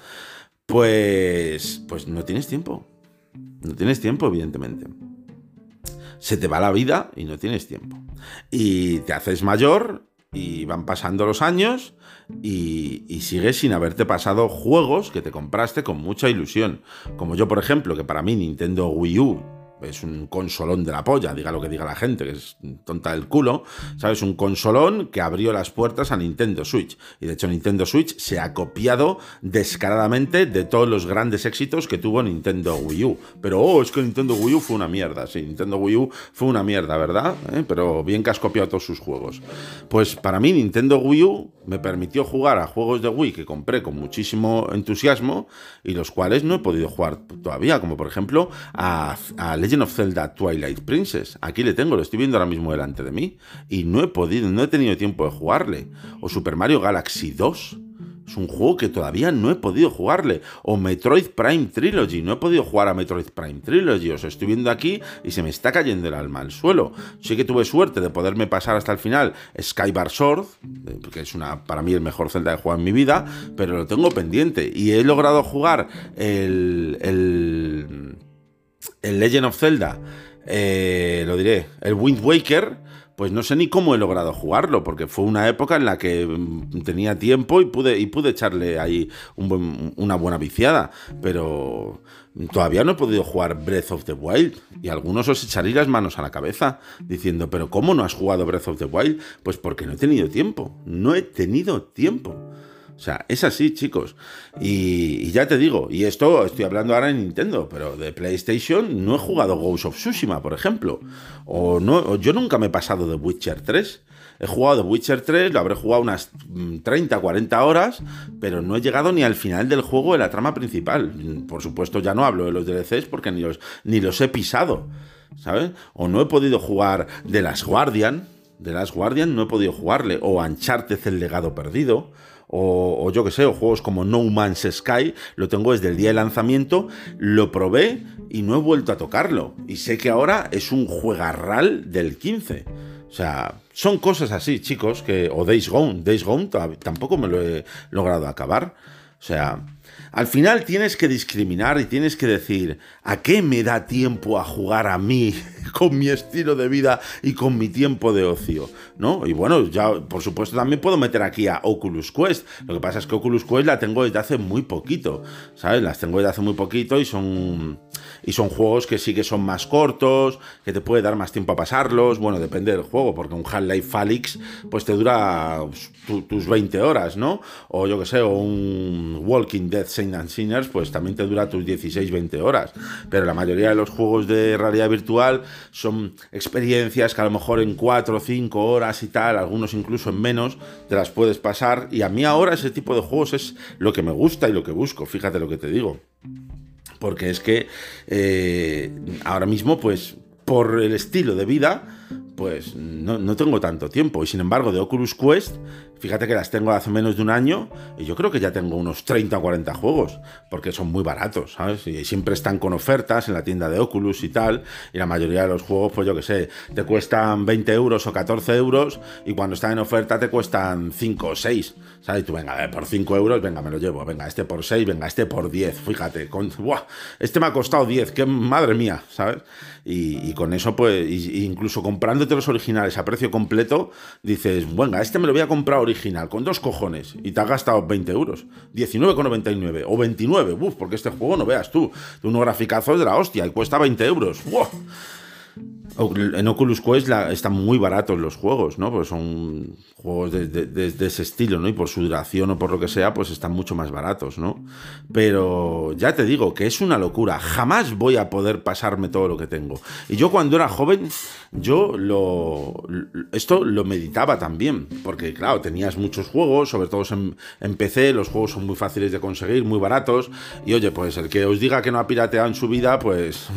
Pues, pues no tienes tiempo. No tienes tiempo, evidentemente. Se te va la vida y no tienes tiempo. Y te haces mayor y van pasando los años y, y sigues sin haberte pasado juegos que te compraste con mucha ilusión. Como yo, por ejemplo, que para mí Nintendo Wii U es un consolón de la polla, diga lo que diga la gente, que es tonta del culo, ¿sabes? Un consolón que abrió las puertas a Nintendo Switch. Y de hecho Nintendo Switch se ha copiado descaradamente de todos los grandes éxitos que tuvo Nintendo Wii U. Pero, oh, es que Nintendo Wii U fue una mierda. Sí, Nintendo Wii U fue una mierda, ¿verdad? ¿Eh? Pero bien que has copiado todos sus juegos. Pues para mí Nintendo Wii U me permitió jugar a juegos de Wii que compré con muchísimo entusiasmo y los cuales no he podido jugar todavía, como por ejemplo a, a Legend of Zelda Twilight Princess. Aquí le tengo, lo estoy viendo ahora mismo delante de mí y no he podido, no he tenido tiempo de jugarle. O Super Mario Galaxy dos. Es un juego que todavía no he podido jugarle. O Metroid Prime Trilogy. No he podido jugar a Metroid Prime Trilogy. Os estoy viendo aquí y se me está cayendo el alma al suelo. Sí que tuve suerte de poderme pasar hasta el final Skyward Sword, que es una, para mí el mejor Zelda que he jugado en mi vida, pero lo tengo pendiente. Y he logrado jugar el... el, el Legend of Zelda, eh, lo diré, el Wind Waker. Pues no sé ni cómo he logrado jugarlo, porque fue una época en la que tenía tiempo y pude, y pude echarle ahí un buen, una buena viciada, pero todavía no he podido jugar Breath of the Wild, y algunos os echaréis las manos a la cabeza diciendo, pero ¿cómo no has jugado Breath of the Wild? Pues porque no he tenido tiempo, no he tenido tiempo. O sea, es así, chicos. Y, y ya te digo, y esto estoy hablando ahora en Nintendo, pero de PlayStation no he jugado Ghost of Tsushima, por ejemplo. O no, o yo nunca me he pasado de Witcher tres. He jugado de Witcher tres, lo habré jugado unas treinta, cuarenta horas, pero no he llegado ni al final del juego de la trama principal. Por supuesto, ya no hablo de los D L Cs porque ni los, ni los he pisado, ¿sabes? O no he podido jugar The Last Guardian, The Last Guardian no he podido jugarle, o Uncharted El Legado Perdido, o, o yo que sé, o juegos como No Man's Sky, lo tengo desde el día de lanzamiento, lo probé y no he vuelto a tocarlo. Y sé que ahora es un juegarral del quince. O sea, son cosas así, chicos, que... O Days Gone, Days Gone tampoco me lo he logrado acabar. O sea, al final tienes que discriminar y tienes que decir, ¿a qué me da tiempo a jugar a mí con mi estilo de vida y con mi tiempo de ocio? ¿No? Y bueno, ya por supuesto también puedo meter aquí a Oculus Quest. Lo que pasa es que Oculus Quest la tengo desde hace muy poquito, ¿sabes? Las tengo desde hace muy poquito y son... Y son juegos que sí que son más cortos, que te puede dar más tiempo a pasarlos. Bueno, depende del juego, porque un Half-Life Alyx pues te dura tu, tus veinte horas, ¿no? O yo que sé, o un Walking Dead Saints and Sinners, pues también te dura tus dieciséis veinte horas. Pero la mayoría de los juegos de realidad virtual son experiencias que a lo mejor en cuatro o cinco horas y tal, algunos incluso en menos, te las puedes pasar. Y a mí ahora ese tipo de juegos es lo que me gusta y lo que busco, fíjate lo que te digo. Porque es que eh, ahora mismo, pues, por el estilo de vida, pues no, no tengo tanto tiempo. Y sin embargo, de Oculus Quest, fíjate que las tengo hace menos de un año y yo creo que ya tengo unos treinta o cuarenta juegos, porque son muy baratos, ¿sabes? Y siempre están con ofertas en la tienda de Oculus y tal, y la mayoría de los juegos, pues yo que sé, te cuestan veinte euros o catorce euros, y cuando están en oferta te cuestan cinco o seis, ¿sabes? Y tú, venga, a ver, por cinco euros, venga, me lo llevo, venga, este por seis, venga, este por diez, fíjate, con, ¡buah! Este me ha costado diez, qué madre mía, ¿sabes? Y, y con eso, pues, y, incluso comprándote los originales a precio completo, dices, venga, este me lo voy a comprar original, con dos cojones, y te has gastado veinte euros, diecinueve con noventa y nueve, o veintinueve, uff, porque este juego no veas tú, de unos graficazos de la hostia, y cuesta veinte euros, ¡wow! En Oculus Quest la, están muy baratos los juegos, ¿no? Pues son juegos de, de, de, de ese estilo, ¿no? Y por su duración o por lo que sea, pues están mucho más baratos, ¿no? Pero ya te digo que es una locura. Jamás voy a poder pasarme todo lo que tengo. Y yo cuando era joven, yo lo... Esto lo meditaba también, porque claro, tenías muchos juegos, sobre todo en, en P C, los juegos son muy fáciles de conseguir, muy baratos, y oye, pues el que os diga que no ha pirateado en su vida, pues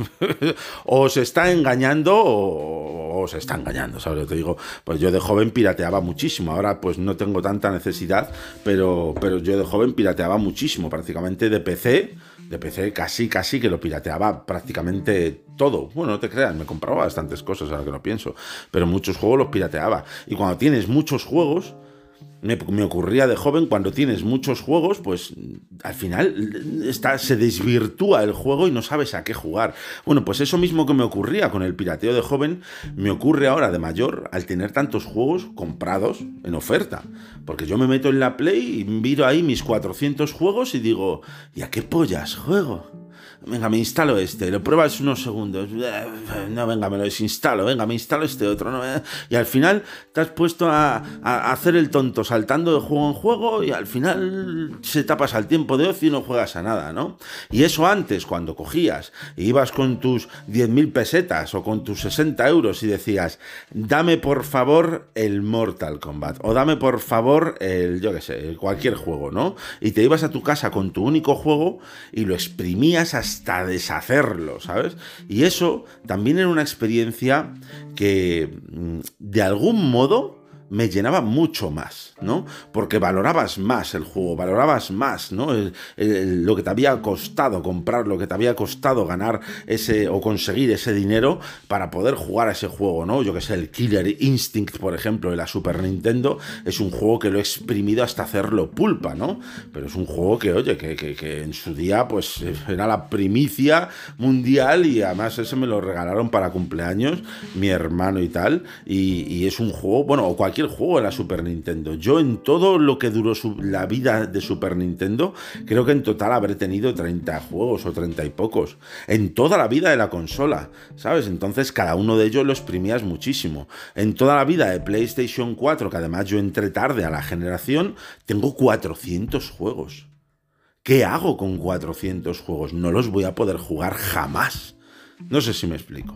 os está engañando o, o se está engañando, ¿sabes lo que te digo? Pues yo de joven pirateaba muchísimo, ahora pues no tengo tanta necesidad, pero, pero yo de joven pirateaba muchísimo, prácticamente de P C, de P C casi, casi que lo pirateaba prácticamente todo. Bueno, no te creas, me compraba bastantes cosas ahora que lo pienso, pero muchos juegos los pirateaba. Y cuando tienes muchos juegos, Me, me ocurría de joven, cuando tienes muchos juegos, pues al final está, se desvirtúa el juego y no sabes a qué jugar. Bueno, pues eso mismo que me ocurría con el pirateo de joven, me ocurre ahora de mayor al tener tantos juegos comprados en oferta. Porque yo me meto en la Play y miro ahí mis cuatrocientos juegos y digo, ¿y a qué pollas juego? Venga, me instalo este, lo pruebas unos segundos, no, venga, me lo desinstalo, venga, me instalo este otro, no, y al final te has puesto a, a hacer el tonto saltando de juego en juego y al final se te pasa el tiempo de ocio y no juegas a nada, ¿no? Y eso antes, cuando cogías y ibas con tus diez mil pesetas o con tus sesenta euros y decías, dame por favor el Mortal Kombat, o dame por favor el, yo qué sé, cualquier juego, ¿no? Y te ibas a tu casa con tu único juego y lo exprimías hasta hasta deshacerlo, ¿sabes? Y eso también era una experiencia que de algún modo me llenaba mucho más, ¿no? Porque valorabas más el juego, valorabas más, ¿no? El, el, lo que te había costado comprar, lo que te había costado ganar ese o conseguir ese dinero para poder jugar a ese juego, ¿no? Yo que sé, el Killer Instinct, por ejemplo, de la Super Nintendo, es un juego que lo he exprimido hasta hacerlo pulpa, ¿no? Pero es un juego que, oye, que, que, que en su día, pues, era la primicia mundial y además ese me lo regalaron para cumpleaños, mi hermano y tal, y, y es un juego, bueno, o cualquier juego de la Super Nintendo. Yo en todo lo que duró su, la vida de Super Nintendo, creo que en total habré tenido treinta juegos o treinta y pocos. En toda la vida de la consola, ¿sabes? Entonces cada uno de ellos lo exprimías muchísimo. En toda la vida de PlayStation cuatro, que además yo entré tarde a la generación, tengo cuatrocientos juegos. ¿Qué hago con cuatrocientos juegos? No los voy a poder jugar jamás. No sé si me explico.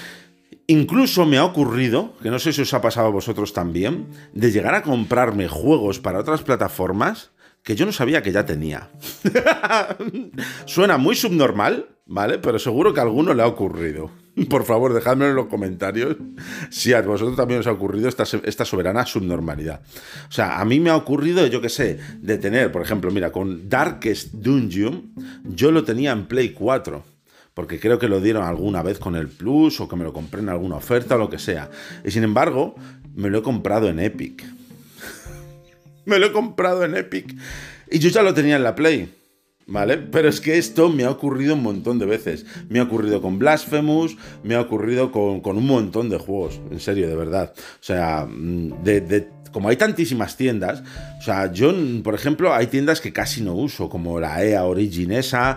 Incluso me ha ocurrido, que no sé si os ha pasado a vosotros también, de llegar a comprarme juegos para otras plataformas que yo no sabía que ya tenía. Suena muy subnormal, ¿vale? Pero seguro que a alguno le ha ocurrido. Por favor, dejadmelo en los comentarios si a vosotros también os ha ocurrido esta, esta soberana subnormalidad. O sea, a mí me ha ocurrido, yo qué sé, de tener, por ejemplo, mira, con Darkest Dungeon, yo lo tenía en Play cuatro. Porque creo que lo dieron alguna vez con el Plus o que me lo compré en alguna oferta o lo que sea. Y sin embargo, me lo he comprado en Epic. Me lo he comprado en Epic. Y yo ya lo tenía en la Play, ¿vale? Pero es que esto me ha ocurrido un montón de veces. Me ha ocurrido con Blasphemous, me ha ocurrido con, con un montón de juegos. En serio, de verdad. O sea, de... de como hay tantísimas tiendas, o sea, yo, por ejemplo, hay tiendas que casi no uso, como la E A Origin esa,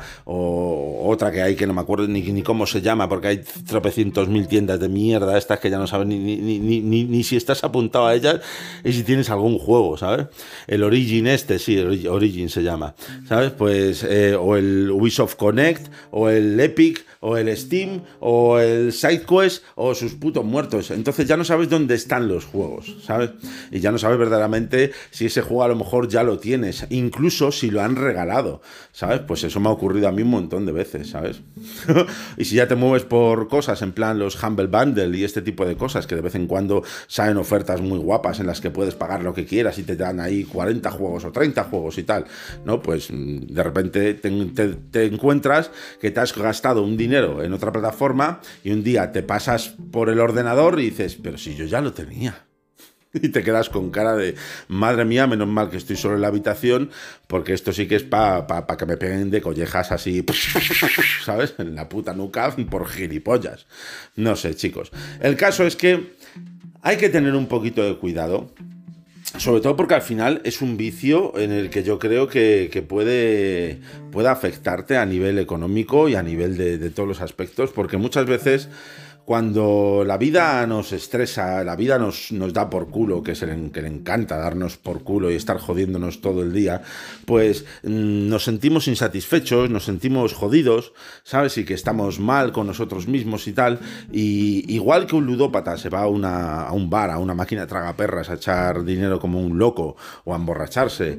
o otra que hay que no me acuerdo ni, ni cómo se llama, porque hay tropecientos mil tiendas de mierda, estas que ya no saben ni, ni, ni, ni, ni si estás apuntado a ellas y si tienes algún juego, ¿sabes? El Origin este, sí, Origin se llama, ¿sabes? Pues, eh, o el Ubisoft Connect, o el Epic, o el Steam, o el SideQuest, o sus putos muertos. Entonces ya no sabes dónde están los juegos, ¿sabes? Y ya no sabes verdaderamente si ese juego a lo mejor ya lo tienes, incluso si lo han regalado, ¿sabes? Pues eso me ha ocurrido a mí un montón de veces, ¿sabes? Y si ya te mueves por cosas en plan los Humble Bundle y este tipo de cosas, que de vez en cuando salen ofertas muy guapas en las que puedes pagar lo que quieras y te dan ahí cuarenta juegos o treinta juegos y tal, ¿no? Pues de repente te, te, te encuentras que te has gastado un dinero en otra plataforma y un día te pasas por el ordenador y dices, pero si yo ya lo tenía. Y te quedas con cara de, madre mía, menos mal que estoy solo en la habitación, porque esto sí que es para pa, pa que me peguen de collejas así, ¿sabes? En la puta nuca por gilipollas. No sé, chicos. El caso es que hay que tener un poquito de cuidado, sobre todo porque al final es un vicio en el que yo creo que, que puede, puede afectarte a nivel económico y a nivel de, de todos los aspectos, porque muchas veces... Cuando la vida nos estresa, la vida nos, nos da por culo, que, se le, que le encanta darnos por culo y estar jodiéndonos todo el día, pues mmm, nos sentimos insatisfechos, nos sentimos jodidos, ¿sabes? Y que estamos mal con nosotros mismos y tal. Y igual que un ludópata se va a, una, a un bar, a una máquina de tragaperras a echar dinero como un loco, o a emborracharse,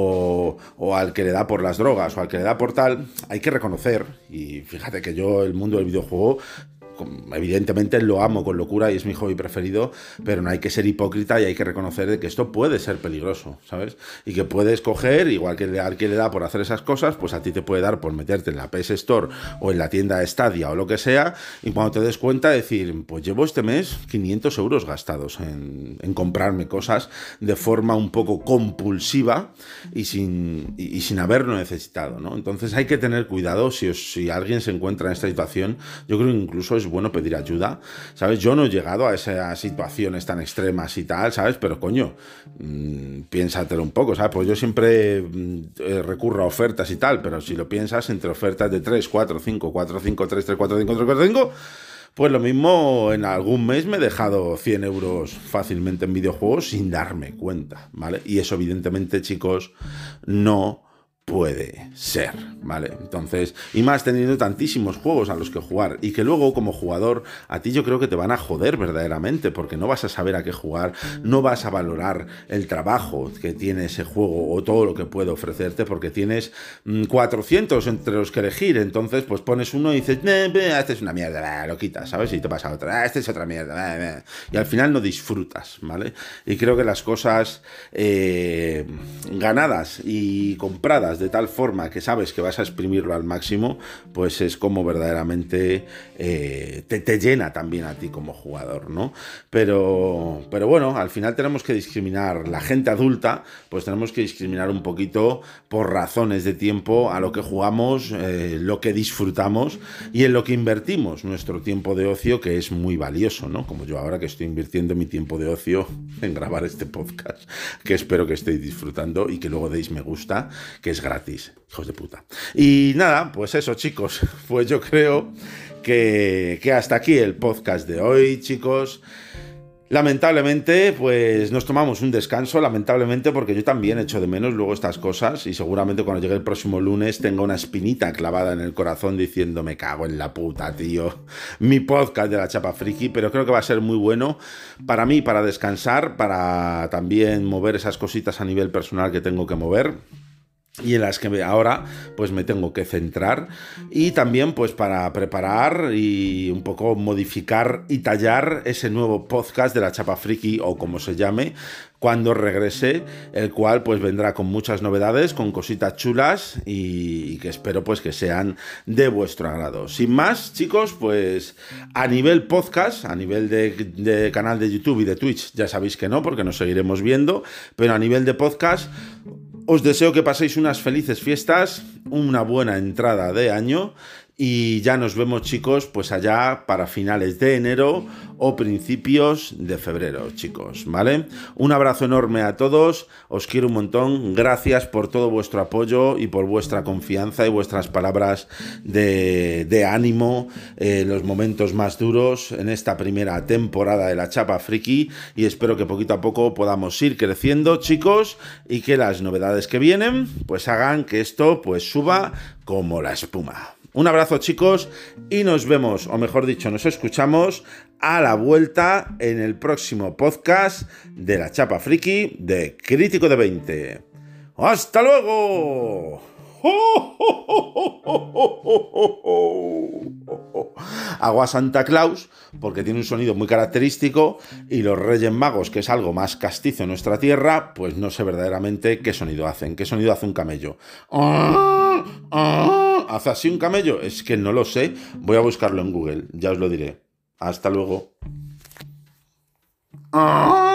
o, o al que le da por las drogas, o al que le da por tal, hay que reconocer, y fíjate que yo el mundo del videojuego... evidentemente lo amo con locura y es mi hobby preferido, pero no hay que ser hipócrita y hay que reconocer que esto puede ser peligroso, ¿sabes? Y que puedes coger, igual que al que le da por hacer esas cosas, pues a ti te puede dar por meterte en la P S Store o en la tienda de Stadia o lo que sea, y cuando te des cuenta decir, pues llevo este mes quinientos euros gastados en, en comprarme cosas de forma un poco compulsiva y sin, y, y sin haberlo necesitado, ¿no? Entonces hay que tener cuidado si, os, si alguien se encuentra en esta situación. Yo creo que incluso es bueno pedir ayuda, ¿sabes? Yo no he llegado a esas situaciones tan extremas y tal, ¿sabes? Pero coño, mmm, piénsatelo un poco, ¿sabes? Pues yo siempre mmm, recurro a ofertas y tal, pero si lo piensas, entre ofertas de tres, cuatro, cinco, cuatro, cinco, tres, tres, cuatro, cinco, tres, cuatro, cinco, pues lo mismo en algún mes me he dejado cien euros fácilmente en videojuegos sin darme cuenta, ¿vale? Y eso evidentemente, chicos, no puede ser, ¿vale? Entonces, y más teniendo tantísimos juegos a los que jugar y que luego como jugador a ti yo creo que te van a joder verdaderamente porque no vas a saber a qué jugar, no vas a valorar el trabajo que tiene ese juego o todo lo que puede ofrecerte porque tienes mmm, cuatrocientos entre los que elegir, entonces pues pones uno y dices, este es una mierda, bah, lo quitas, ¿sabes? Y te pasa a otra, ah, este es otra mierda, bah, bah. Y al final no disfrutas, ¿vale? Y creo que las cosas eh, ganadas y compradas de tal forma que sabes que vas a exprimirlo al máximo, pues es como verdaderamente eh, te, te llena también a ti como jugador, ¿no? Pero, pero bueno, al final tenemos que discriminar, la gente adulta, pues tenemos que discriminar un poquito por razones de tiempo a lo que jugamos, eh, lo que disfrutamos y en lo que invertimos nuestro tiempo de ocio, que es muy valioso, ¿no? Como yo ahora que estoy invirtiendo mi tiempo de ocio en grabar este podcast, que espero que estéis disfrutando y que luego deis me gusta, que es gratis, hijos de puta. Y nada, pues eso, chicos, pues yo creo que, que hasta aquí el podcast de hoy, chicos. Lamentablemente, pues nos tomamos un descanso, lamentablemente, porque yo también echo de menos luego estas cosas y seguramente cuando llegue el próximo lunes tenga una espinita clavada en el corazón diciendo me cago en la puta, tío, mi podcast de la Chapa Friki, pero creo que va a ser muy bueno para mí, para descansar, para también mover esas cositas a nivel personal que tengo que mover. y en las que ahora pues me tengo que centrar, y también pues para preparar y un poco modificar y tallar ese nuevo podcast de la Chapa Friki, o como se llame, cuando regrese, el cual pues vendrá con muchas novedades, con cositas chulas y, y que espero pues que sean de vuestro agrado. Sin más, chicos, pues a nivel podcast, a nivel de, de canal de YouTube y de Twitch, ya sabéis que no, porque nos seguiremos viendo, pero a nivel de podcast os deseo que paséis unas felices fiestas, una buena entrada de año, y ya nos vemos, chicos, pues allá para finales de enero o principios de febrero, chicos, ¿vale? Un abrazo enorme a todos, os quiero un montón, gracias por todo vuestro apoyo y por vuestra confianza y vuestras palabras de, de ánimo en los momentos más duros en esta primera temporada de la Chapa Friki, y espero que poquito a poco podamos ir creciendo, chicos, y que las novedades que vienen pues hagan que esto pues suba como la espuma. Un abrazo, chicos, y nos vemos, o mejor dicho, nos escuchamos a la vuelta en el próximo podcast de la Chapa Friki de Crítico de veinte. ¡Hasta luego! Hago a Santa Claus porque tiene un sonido muy característico, y los Reyes Magos, que es algo más castizo en nuestra tierra, pues no sé verdaderamente qué sonido hacen. ¿Qué sonido hace un camello? ¿Hace así un camello? Es que no lo sé. Voy a buscarlo en Google, ya os lo diré. Hasta luego.